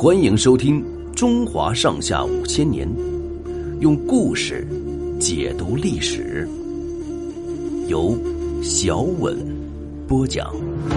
欢迎收听《中华上下5000年》，用故事解读历史，由小稳播讲。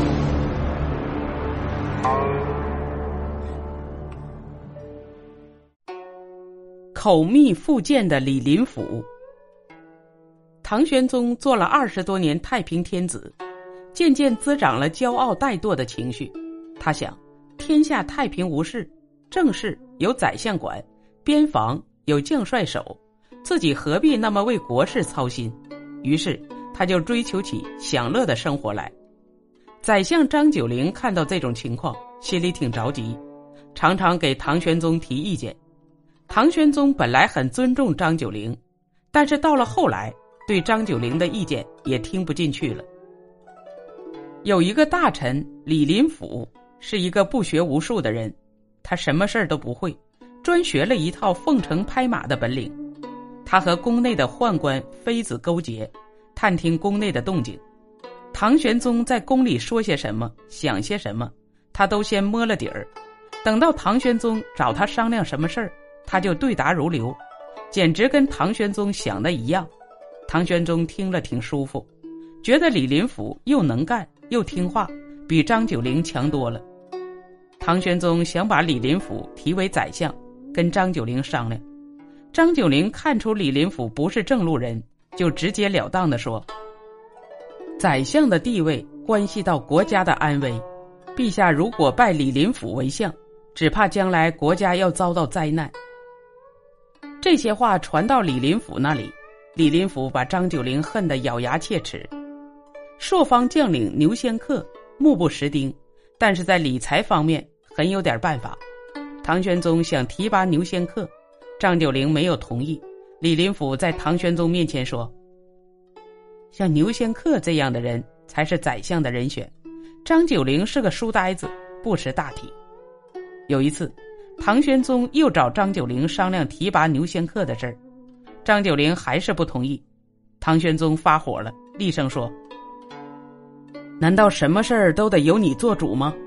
口蜜腹剑的李林甫。唐玄宗做了20多年太平天子，渐渐滋长了骄傲怠惰的情绪。他想，天下太平无事，政事有宰相管，边防有将帅守，自己何必那么为国事操心？于是他就追求起享乐的生活来。宰相张九龄看到这种情况，心里挺着急，常常给唐玄宗提意见。唐玄宗本来很尊重张九龄，但是到了后来，对张九龄的意见也听不进去了。有一个大臣李林甫，是一个不学无术的人，他什么事儿都不会，专学了一套奉承拍马的本领。他和宫内的宦官妃子勾结，探听宫内的动静。唐玄宗在宫里说些什么，想些什么，他都先摸了底儿。等到唐玄宗找他商量什么事儿，他就对答如流，简直跟唐玄宗想的一样。唐玄宗听了挺舒服，觉得李林甫又能干又听话，比张九龄强多了。唐玄宗想把李林甫提为宰相，跟张九龄商量。张九龄看出李林甫不是正路人，就直截了当地说，宰相的地位关系到国家的安危，陛下如果拜李林甫为相，只怕将来国家要遭到灾难。这些话传到李林甫那里，李林甫把张九龄恨得咬牙切齿。朔方将领牛仙客目不识丁，但是在理财方面很有点办法。唐玄宗想提拔牛仙客，张九龄没有同意。李林甫在唐玄宗面前说，像牛仙客这样的人才是宰相的人选，张九龄是个书呆子，不识大体。有一次，唐玄宗又找张九龄商量提拔牛仙客的事儿，张九龄还是不同意。唐玄宗发火了，厉声说，难道什么事儿都得由你做主吗？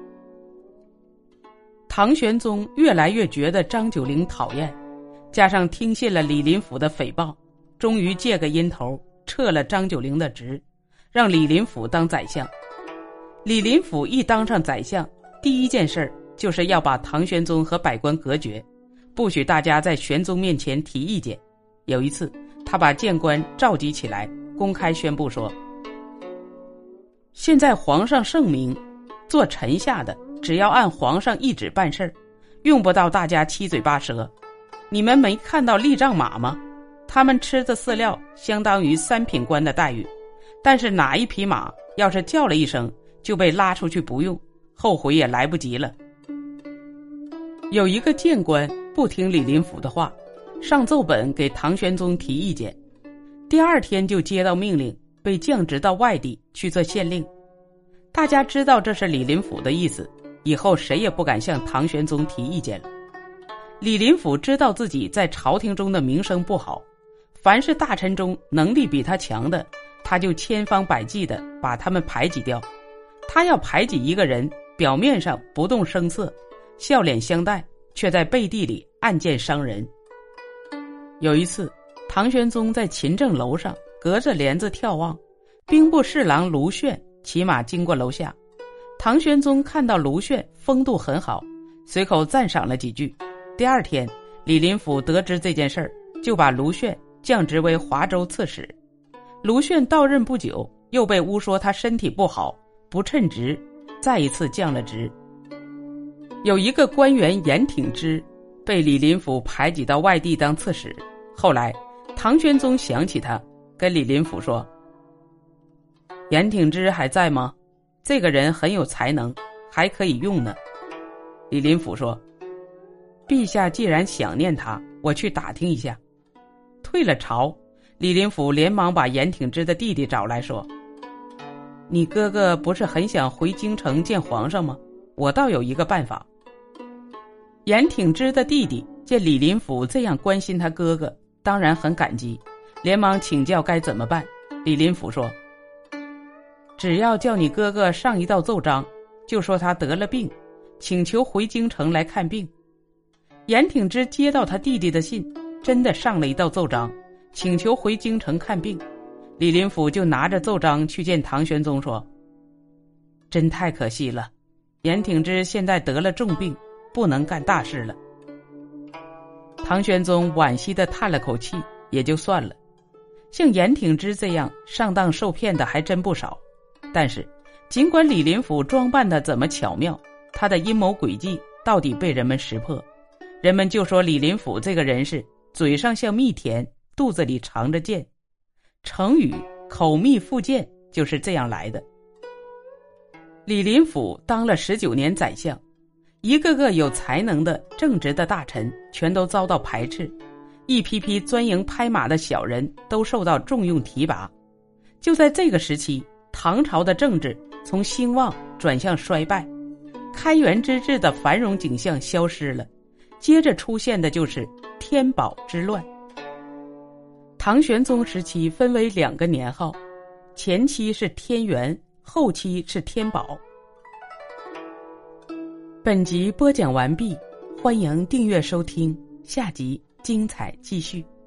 唐玄宗越来越觉得张九龄讨厌，加上听信了李林甫的诽谤，终于借个阴头撤了张九龄的职，让李林甫当宰相。李林甫一当上宰相，第一件事就是要把唐玄宗和百官隔绝，不许大家在玄宗面前提意见。有一次，他把谏官召集起来，公开宣布说，现在皇上圣明，做臣下的只要按皇上懿旨办事，用不到大家七嘴八舌。你们没看到立仗马吗？他们吃的饲料相当于3品官的待遇，但是哪一匹马要是叫了一声就被拉出去不用，后悔也来不及了。有一个谏官不听李林甫的话，上奏本给唐玄宗提意见，第2天就接到命令，被降职到外地去做县令。大家知道这是李林甫的意思，以后谁也不敢向唐玄宗提意见了。李林甫知道自己在朝廷中的名声不好，凡是大臣中能力比他强的，他就千方百计地把他们排挤掉。他要排挤一个人，表面上不动声色，笑脸相待，却在背地里暗箭伤人。有一次，唐玄宗在勤政楼上隔着帘子眺望，兵部侍郎卢铉骑马经过楼下。唐玄宗看到卢铉风度很好，随口赞赏了几句。第2天，李林甫得知这件事儿，就把卢铉降职为华州刺史。卢铉到任不久，又被诬说他身体不好，不称职，再一次降了职。有一个官员严挺之，被李林甫排挤到外地当刺史。后来唐玄宗想起他，跟李林甫说，严挺之还在吗？这个人很有才能，还可以用呢。李林甫说，陛下既然想念他，我去打听一下。退了朝，李林甫连忙把严挺之的弟弟找来说，你哥哥不是很想回京城见皇上吗？我倒有一个办法。严挺之的弟弟见李林甫这样关心他哥哥，当然很感激，连忙请教该怎么办。李林甫说，只要叫你哥哥上一道奏章，就说他得了病，请求回京城来看病， 严挺之接到他弟弟的信，真的上了一道奏章，请求回京城看病。李林甫就拿着奏章去见唐玄宗，说：真太可惜了，严挺之现在得了重病，不能干大事了。唐玄宗惋惜地叹了口气，也就算了。像严挺之这样上当受骗的还真不少，但是尽管李林甫装扮的怎么巧妙，他的阴谋诡计到底被人们识破，人们就说李林甫这个人是嘴上像蜜甜，肚子里藏着剑。成语口蜜腹剑就是这样来的。李林甫当了19年宰相，一个个有才能的正直的大臣全都遭到排斥，一批批钻营拍马的小人都受到重用提拔。就在这个时期，唐朝的政治从兴旺转向衰败，开元之治的繁荣景象消失了，接着出现的就是天宝之乱。唐玄宗时期分为2个年号，前期是天元，后期是天宝。本集播讲完毕，欢迎订阅收听，下集精彩继续。